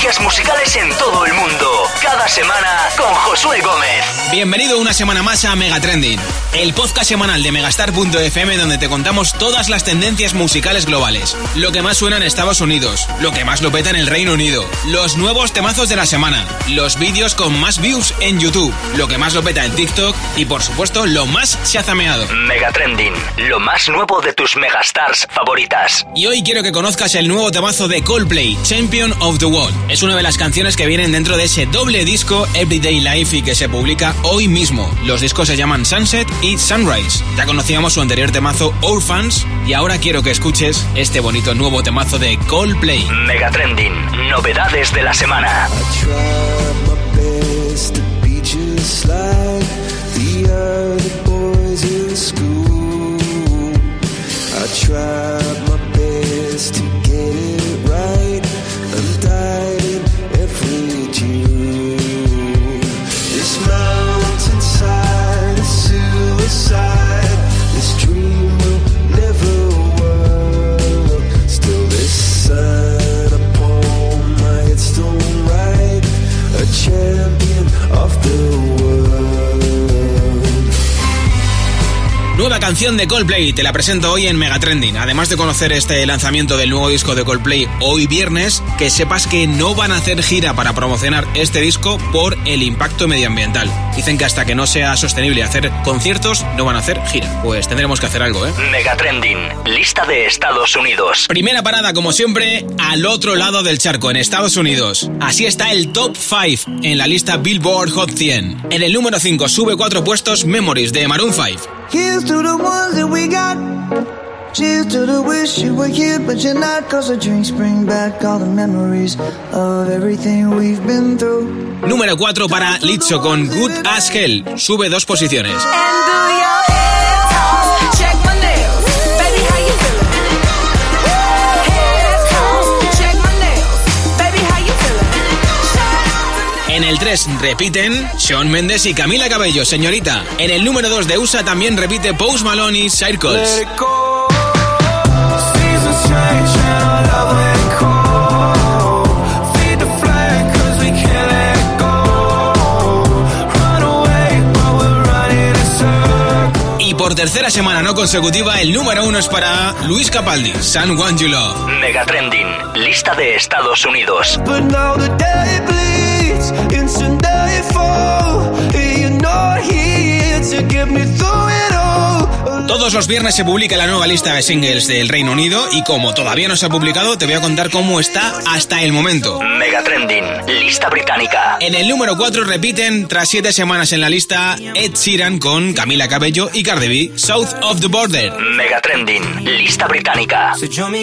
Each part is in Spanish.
tendencias musicales en todo el mundo. Cada semana con Josué Gómez. Bienvenido una semana más a Mega Trending, el podcast semanal de Megastar.fm, donde te contamos todas las tendencias musicales globales. Lo que más suena en Estados Unidos, lo que más lo peta en el Reino Unido, los nuevos temazos de la semana, los vídeos con más views en YouTube, lo que más lo peta en TikTok y, por supuesto, lo más chazameado. Mega Trending, lo más nuevo de tus Megastars favoritas. Y hoy quiero que conozcas el nuevo temazo de Coldplay, Champion of the World. Es una de las canciones que vienen dentro de ese doble disco Everyday Life y que se publica hoy mismo. Los discos se llaman Sunset y Sunrise. Ya conocíamos su anterior temazo Orphans y ahora quiero que escuches este bonito nuevo temazo de Coldplay. Mega Trending, novedades de la semana. Nueva canción de Coldplay, te la presento hoy en Mega Trending. Además de conocer este lanzamiento del nuevo disco de Coldplay hoy viernes, que sepas que no van a hacer gira para promocionar este disco por el impacto medioambiental. Dicen que hasta que no sea sostenible hacer conciertos, no van a hacer gira. Pues tendremos que hacer algo, ¿eh? Mega Trending, lista de Estados Unidos. Primera parada, como siempre, al otro lado del charco, en Estados Unidos. Así está el Top 5 en la lista Billboard Hot 100. En el número 5 sube 4 puestos Memories de Maroon 5. Here's to the ones that we got. Cheers to the wish you were here, but you're not. Cause the drinks bring back all the memories of everything we've been through. Número 4 para Lizzo con Good As Hell. Sube 2 posiciones. En el 3 repiten Shawn Mendes y Camila Cabello, Señorita. En el número 2 de USA también repite Post Malone y Circles. Y por tercera semana no consecutiva, el número 1 es para Luis Capaldi, Someone You Love. Mega Trending, lista de Estados Unidos. Todos los viernes se publica la nueva lista de singles del Reino Unido y como todavía no se ha publicado, te voy a contar cómo está hasta el momento. Mega Trending, lista británica. En el número 4 repiten, tras 7 semanas en la lista, Ed Sheeran con Camila Cabello y Cardi B, South of the Border. Mega Trending, lista británica.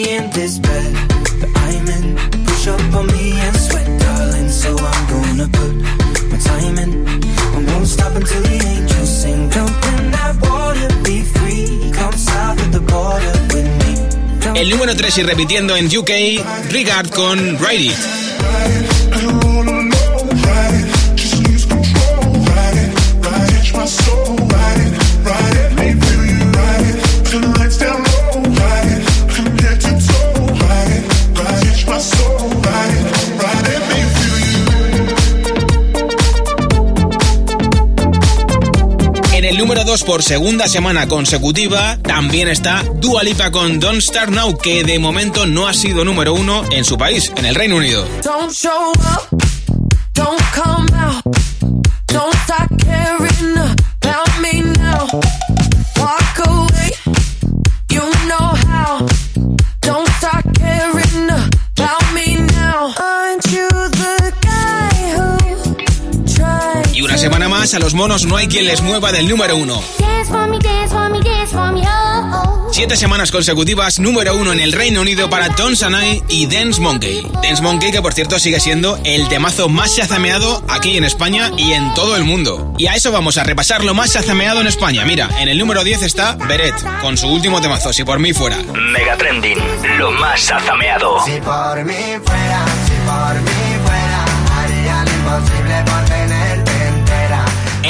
El número 3 y repitiendo en UK, Regard con Ride It. En el número 2 por segunda semana consecutiva también está Dua Lipa con Don't Start Now, que de momento no ha sido número 1 en su país, en el Reino Unido. Don't show up, don't come out, don't start caring about me now. Walk away, you know how. Don't start caring about me now. Aren't you the guy who tried? Y una semana más a los monos no hay quien les mueva del número 1. 7 semanas consecutivas, número 1 en el Reino Unido para Tones and I y Dance Monkey. Dance Monkey, que por cierto sigue siendo el temazo más chazameado aquí en España y en todo el mundo. Y a eso vamos a repasar lo más chazameado en España. Mira, en el número 10 está Beret, con su último temazo, Si por mí fuera. Mega Trending, lo más chazameado. Si por mí fuera, haría lo imposible por tenerte entera.